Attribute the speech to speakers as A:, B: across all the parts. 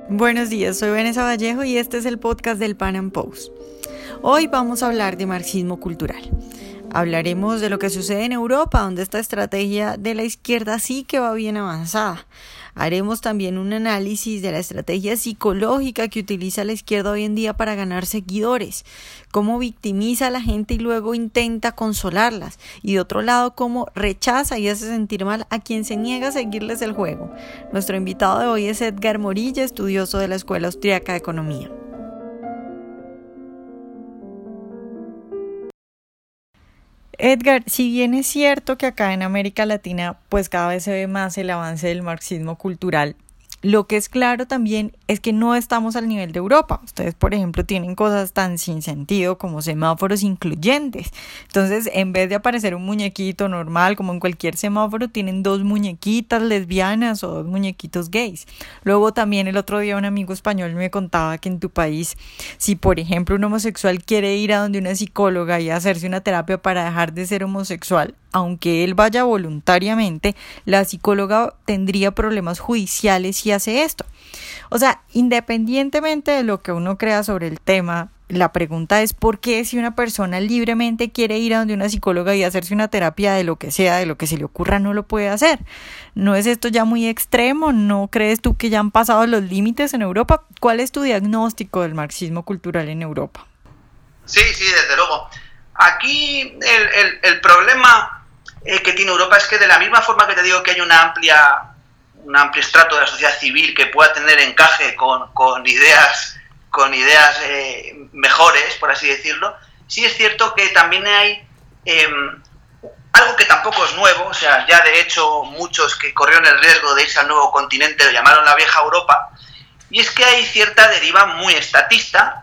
A: Buenos días, soy Vanessa Vallejo y este es el podcast del Pan Am Post. Hoy vamos a hablar de marxismo cultural. Hablaremos de lo que sucede en Europa, donde esta estrategia de la izquierda sí que va bien avanzada. Haremos también un análisis de la estrategia psicológica que utiliza la izquierda hoy en día para ganar seguidores, cómo victimiza a la gente y luego intenta consolarlas, y de otro lado cómo rechaza y hace sentir mal a quien se niega a seguirles el juego. Nuestro invitado de hoy es Edgar Morilla, estudioso de la Escuela Austriaca de Economía. Edgar, si bien es cierto que acá en América Latina pues cada vez se ve más el avance del marxismo cultural, lo que es claro también es que no estamos al nivel de Europa. Ustedes, por ejemplo, tienen cosas tan sin sentido como semáforos incluyentes. Entonces, en vez de aparecer un muñequito normal como en cualquier semáforo, tienen dos muñequitas lesbianas o dos muñequitos gays. Luego también el otro día un amigo español me contaba que en tu país, si por ejemplo un homosexual quiere ir a donde una psicóloga y hacerse una terapia para dejar de ser homosexual, aunque él vaya voluntariamente, la psicóloga tendría problemas judiciales si hace esto. O sea, independientemente de lo que uno crea sobre el tema, la pregunta es ¿por qué si una persona libremente quiere ir a donde una psicóloga y hacerse una terapia de lo que sea, de lo que se le ocurra, no lo puede hacer? ¿No es esto ya muy extremo? ¿No crees tú que ya han pasado los límites en Europa? ¿Cuál es tu diagnóstico del marxismo cultural en Europa?
B: Sí, desde luego. Aquí el problema que tiene Europa es que de la misma forma que te digo que hay un amplio estrato de la sociedad civil que pueda tener encaje con ideas mejores, por así decirlo, sí es cierto que también hay algo que tampoco es nuevo. O sea, ya de hecho muchos que corrieron el riesgo de irse al nuevo continente lo llamaron la vieja Europa, y es que hay cierta deriva muy estatista.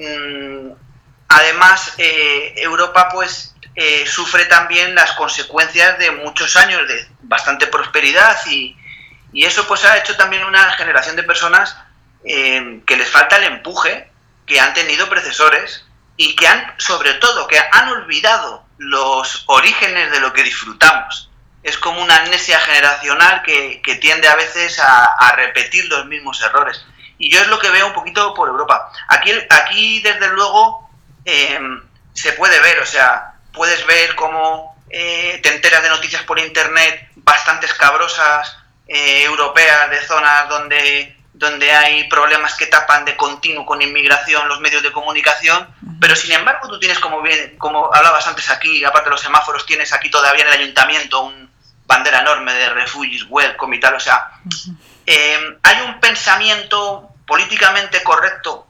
B: Además, Europa sufre también las consecuencias de muchos años de bastante prosperidad y eso pues ha hecho también una generación de personas que les falta el empuje que han tenido predecesores y que sobre todo han olvidado los orígenes de lo que disfrutamos. Es como una amnesia generacional que tiende a veces a repetir los mismos errores. Y yo es lo que veo un poquito por Europa. Aquí desde luego se puede ver, o sea, puedes ver cómo te enteras de noticias por internet bastante escabrosas, europeas, de zonas donde hay problemas que tapan de continuo con inmigración los medios de comunicación, pero sin embargo tú tienes, como hablabas antes aquí, aparte de los semáforos, tienes aquí todavía en el ayuntamiento una bandera enorme de refugees welcome y tal. O sea, hay un pensamiento políticamente correcto,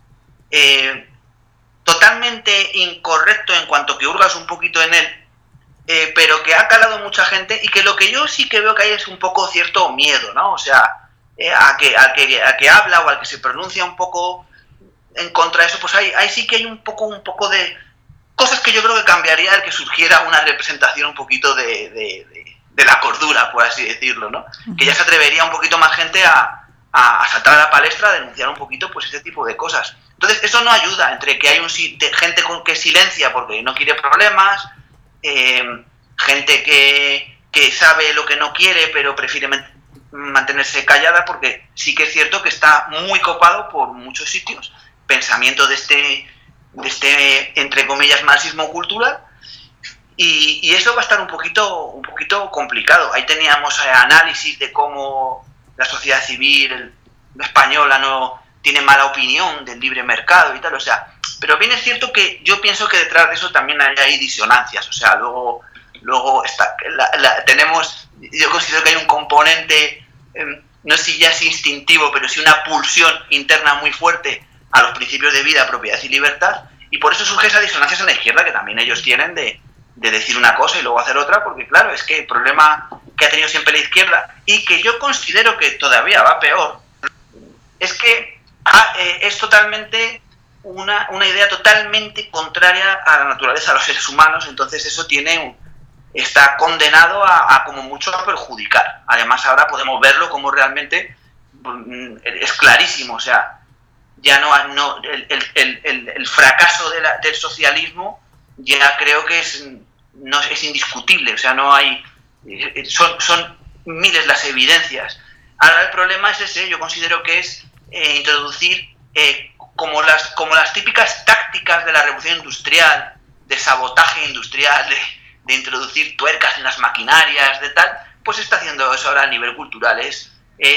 B: totalmente incorrecto en cuanto que hurgas un poquito en él, pero que ha calado mucha gente y que lo que yo sí que veo que hay es un poco cierto miedo, ¿no? O sea, a que habla o al que se pronuncia un poco en contra de eso, pues ahí sí que hay un poco de cosas que yo creo que cambiaría el que surgiera una representación un poquito de la cordura, por así decirlo, ¿no? Que ya se atrevería un poquito más gente a saltar a la palestra, a denunciar un poquito pues este tipo de cosas. Entonces eso no ayuda, entre que hay gente que silencia porque no quiere problemas, gente que sabe lo que no quiere pero prefiere mantenerse callada, porque sí que es cierto que está muy copado por muchos sitios pensamiento de este entre comillas marxismo cultural, y eso va a estar un poquito complicado. Ahí teníamos análisis de cómo la sociedad civil española no tiene mala opinión del libre mercado y tal, o sea, pero bien es cierto que yo pienso que detrás de eso también hay disonancias. O sea, luego yo considero que hay un componente, no sé si ya es instintivo, pero sí una pulsión interna muy fuerte a los principios de vida, propiedad y libertad, y por eso surge esas disonancias en la izquierda que también ellos tienen de decir una cosa y luego hacer otra, porque claro, es que el problema que ha tenido siempre la izquierda, y que yo considero que todavía va peor, es que es totalmente una idea totalmente contraria a la naturaleza de los seres humanos. Entonces eso está condenado a como mucho a perjudicar. Además ahora podemos verlo como realmente es clarísimo. O sea, ya no el fracaso del socialismo ya creo que es indiscutible. O sea, no hay son miles las evidencias. Ahora el problema es ese. Yo considero que es introducir como las típicas tácticas de la revolución industrial, de sabotaje industrial, de introducir tuercas en las maquinarias, de tal, pues está haciendo eso ahora a nivel cultural. Es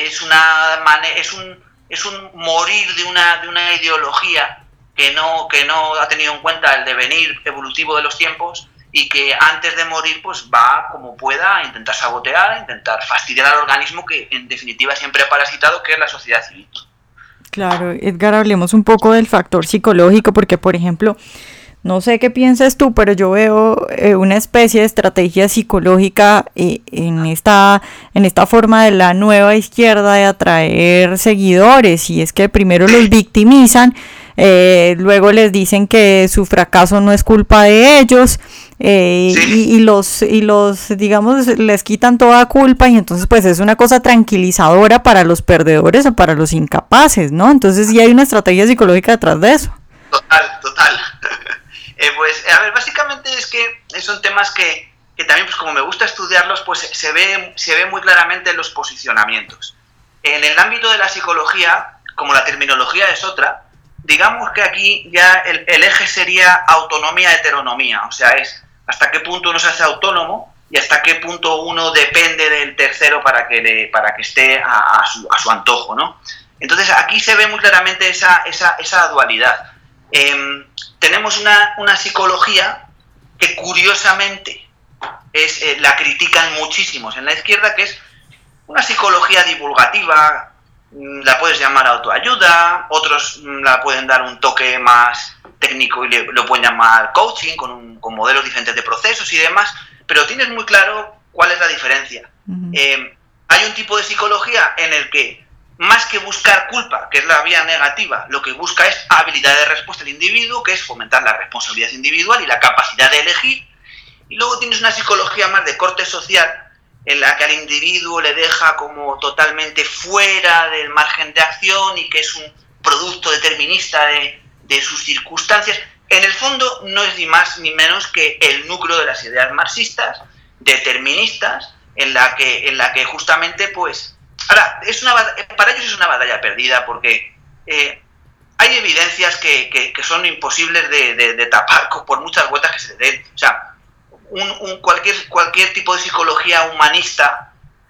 B: un morir de una ideología que no ha tenido en cuenta el devenir evolutivo de los tiempos y que antes de morir pues va como pueda a intentar sabotear, a intentar fastidiar al organismo que en definitiva siempre ha parasitado, que es la sociedad civil.
A: Claro, Edgar, hablemos un poco del factor psicológico, porque por ejemplo, no sé qué piensas tú, pero yo veo una especie de estrategia psicológica en esta forma de la nueva izquierda de atraer seguidores, y es que primero los victimizan, luego les dicen que su fracaso no es culpa de ellos, y los digamos les quitan toda culpa, y entonces pues es una cosa tranquilizadora para los perdedores o para los incapaces, ¿no? Entonces sí hay una estrategia psicológica detrás de eso.
B: Total. Pues a ver, básicamente es que son temas que también, pues como me gusta estudiarlos, pues se ve muy claramente en los posicionamientos. En el ámbito de la psicología, como la terminología es otra, digamos que aquí ya el eje sería autonomía-heteronomía, o sea, es hasta qué punto uno se hace autónomo y hasta qué punto uno depende del tercero para que esté a su antojo, ¿no? Entonces aquí se ve muy claramente esa dualidad. Tenemos una psicología que curiosamente la critican muchísimos en la izquierda, que es una psicología divulgativa, la puedes llamar autoayuda, otros la pueden dar un toque más técnico y lo pueden llamar coaching, con modelos diferentes de procesos y demás, pero tienes muy claro cuál es la diferencia. Uh-huh. Hay un tipo de psicología en el que, más que buscar culpa, que es la vía negativa, lo que busca es habilidad de respuesta del individuo, que es fomentar la responsabilidad individual y la capacidad de elegir. Y luego tienes una psicología más de corte social, en la que al individuo le deja como totalmente fuera del margen de acción y que es un producto determinista de sus circunstancias. En el fondo no es ni más ni menos que el núcleo de las ideas marxistas, deterministas, en la que justamente pues... Ahora, para ellos es una batalla perdida porque hay evidencias que son imposibles de tapar por muchas vueltas que se le den. O sea, cualquier tipo de psicología humanista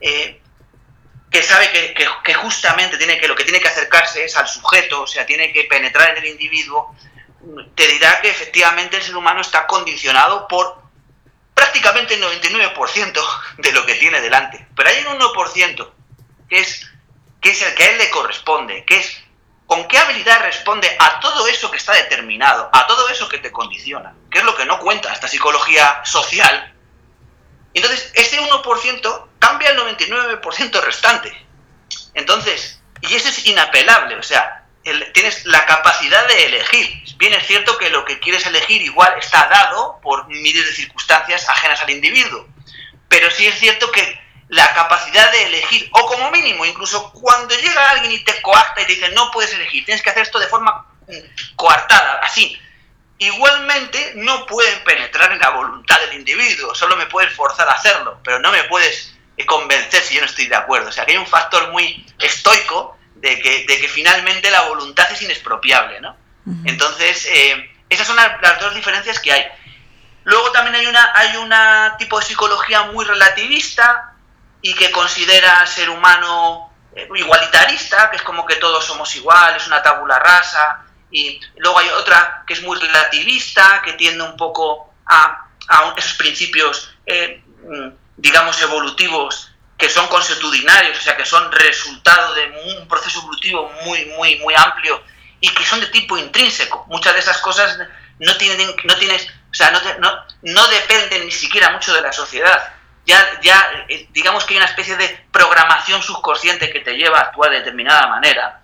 B: que sabe que justamente lo que tiene que acercarse es al sujeto, o sea, tiene que penetrar en el individuo, te dirá que efectivamente el ser humano está condicionado por prácticamente el 99% de lo que tiene delante. Pero hay un 1% que es el que a él le corresponde, que es con qué habilidad responde a todo eso que está determinado, a todo eso que te condiciona, que es lo que no cuenta esta psicología social. Entonces, ese 1% cambia el 99% restante. Entonces, y eso es inapelable, o sea, tienes la capacidad de elegir. Bien es cierto que lo que quieres elegir igual está dado por miles de circunstancias ajenas al individuo, pero sí es cierto que la capacidad de elegir, o como mínimo, incluso cuando llega alguien y te coacta y te dice no puedes elegir, tienes que hacer esto de forma coartada, así, igualmente no pueden penetrar en la voluntad del individuo, solo me puedes forzar a hacerlo, pero no me puedes convencer si yo no estoy de acuerdo. O sea, que hay un factor muy estoico de que finalmente la voluntad es inexpropiable, ¿no? Uh-huh. Entonces, esas son las dos diferencias que hay. Luego también hay una tipo de psicología muy relativista y que considera al ser humano igualitarista, que es como que todos somos iguales, una tabula rasa. Y luego hay otra que es muy relativista, que tiende un poco a esos principios, digamos, evolutivos, que son consuetudinarios, o sea, que son resultado de un proceso evolutivo muy, muy, muy amplio y que son de tipo intrínseco. Muchas de esas cosas no dependen ni siquiera mucho de la sociedad. Ya digamos que hay una especie de programación subconsciente que te lleva a actuar de determinada manera.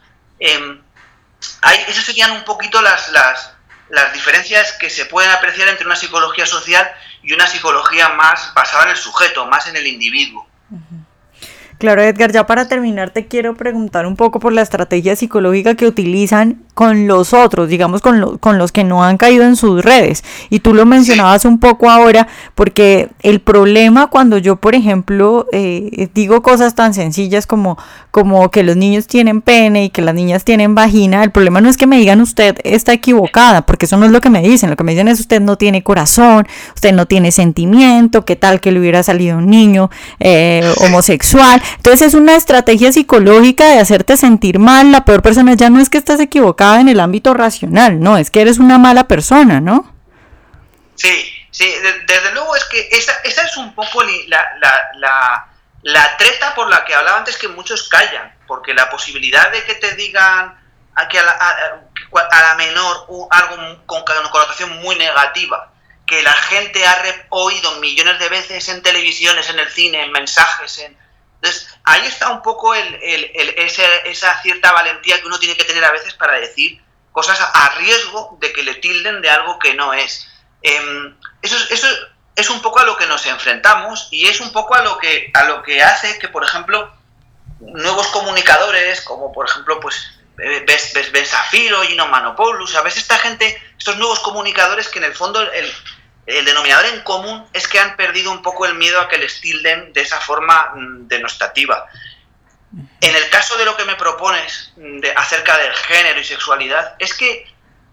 B: Esas serían un poquito las diferencias que se pueden apreciar entre una psicología social y una psicología más basada en el sujeto, más en el individuo.
A: Claro, Edgar, ya para terminar te quiero preguntar un poco por la estrategia psicológica que utilizan con los otros, digamos con los que no han caído en sus redes. Y tú lo mencionabas un poco ahora, porque el problema cuando yo, por ejemplo, digo cosas tan sencillas como que los niños tienen pene y que las niñas tienen vagina, el problema no es que me digan usted está equivocada, porque eso no es lo que me dicen. Lo que me dicen es usted no tiene corazón, usted no tiene sentimiento, qué tal que le hubiera salido un niño homosexual. Entonces es una estrategia psicológica de hacerte sentir mal. La peor persona ya no es que estás equivocada en el ámbito racional, no, es que eres una mala persona, ¿no?
B: Sí, desde luego es que esa es un poco la treta por la que hablaba antes, que muchos callan, porque la posibilidad de que te digan que a la menor algo con connotación muy negativa, que la gente ha oído millones de veces en televisiones, en el cine, en mensajes, entonces ahí está un poco esa cierta valentía que uno tiene que tener a veces para decir cosas a riesgo de que le tilden de algo que no es. Eso es un poco a lo que nos enfrentamos, y es un poco a lo que hace que, por ejemplo, nuevos comunicadores, como por ejemplo pues Ben Shapiro, Gino Manopoulos, a veces esta gente, estos nuevos comunicadores, que en el fondo el denominador en común es que han perdido un poco el miedo a que les tilden de esa forma denostativa. En el caso de lo que me propones acerca del género y sexualidad, es que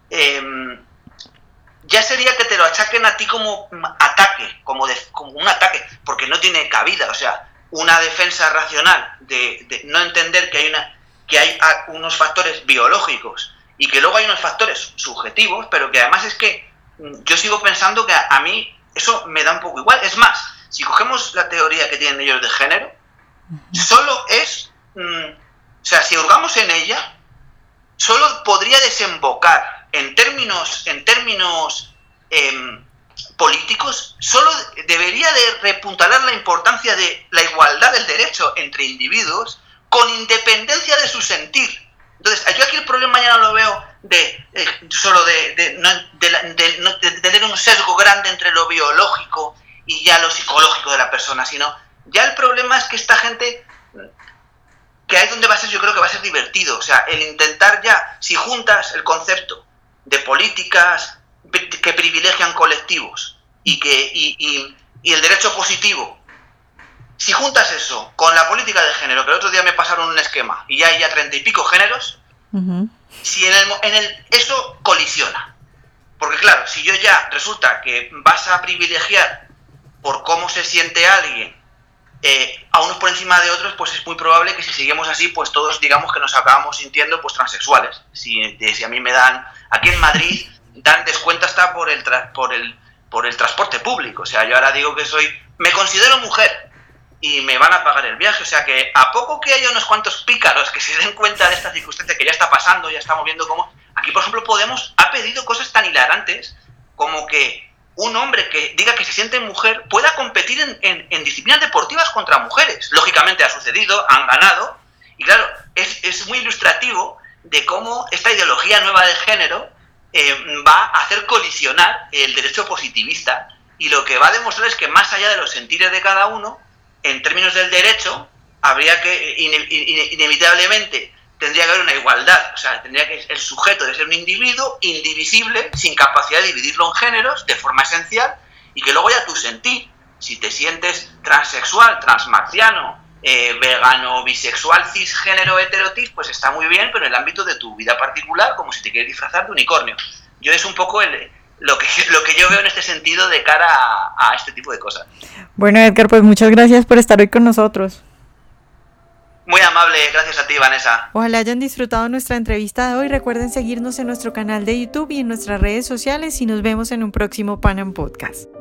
B: ya sería que te lo achaquen a ti como ataque, como un ataque, porque no tiene cabida. O sea, una defensa racional de no entender que hay unos factores biológicos y que luego hay unos factores subjetivos, pero que además es que yo sigo pensando que a mí eso me da un poco igual. Es más, si cogemos la teoría que tienen ellos de género, solo es, o sea, si hurgamos en ella, solo podría desembocar en términos políticos, solo debería de repuntalar la importancia de la igualdad del derecho entre individuos con independencia de su sentir. Entonces, yo aquí el problema ya no lo veo de tener un sesgo grande entre lo biológico y ya lo psicológico de la persona, sino ya el problema es que esta gente, que ahí es donde yo creo que va a ser divertido. O sea, el intentar ya, si juntas el concepto de políticas que privilegian colectivos y el derecho positivo, si juntas eso con la política de género, que el otro día me pasaron un esquema y ya hay 30 y pico géneros, si eso colisiona. Porque claro, si yo ya resulta que vas a privilegiar por cómo se siente alguien a unos por encima de otros, pues es muy probable que si seguimos así, pues todos digamos que nos acabamos sintiendo pues transexuales. Si a mí me dan, aquí en Madrid dan descuento hasta por el transporte público. O sea, yo ahora digo que me considero mujer y me van a pagar el viaje. O sea que a poco que haya unos cuantos pícaros que se den cuenta de esta circunstancia que ya está pasando, ya estamos viendo cómo aquí, por ejemplo, Podemos ha pedido cosas tan hilarantes como que un hombre que diga que se siente mujer pueda competir en disciplinas deportivas contra mujeres. Lógicamente ha sucedido, han ganado, y claro, es muy ilustrativo de cómo esta ideología nueva de género va a hacer colisionar el derecho positivista, y lo que va a demostrar es que más allá de los sentires de cada uno, en términos del derecho, habría que inevitablemente tendría que haber una igualdad. O sea, tendría que el sujeto de ser un individuo indivisible, sin capacidad de dividirlo en géneros de forma esencial, y que luego ya tú sentir, si te sientes transexual, transmarciano, vegano, bisexual, cisgénero, heterotif, pues está muy bien, pero en el ámbito de tu vida particular, como si te quieres disfrazar de unicornio. Yo es un poco lo que yo veo en este sentido de cara a este tipo de cosas.
A: Bueno, Edgar, pues muchas gracias por estar hoy con nosotros.
B: Muy amable, gracias a ti, Vanessa.
A: Ojalá hayan disfrutado nuestra entrevista de hoy. Recuerden seguirnos en nuestro canal de YouTube y en nuestras redes sociales, y nos vemos en un próximo Panam Podcast.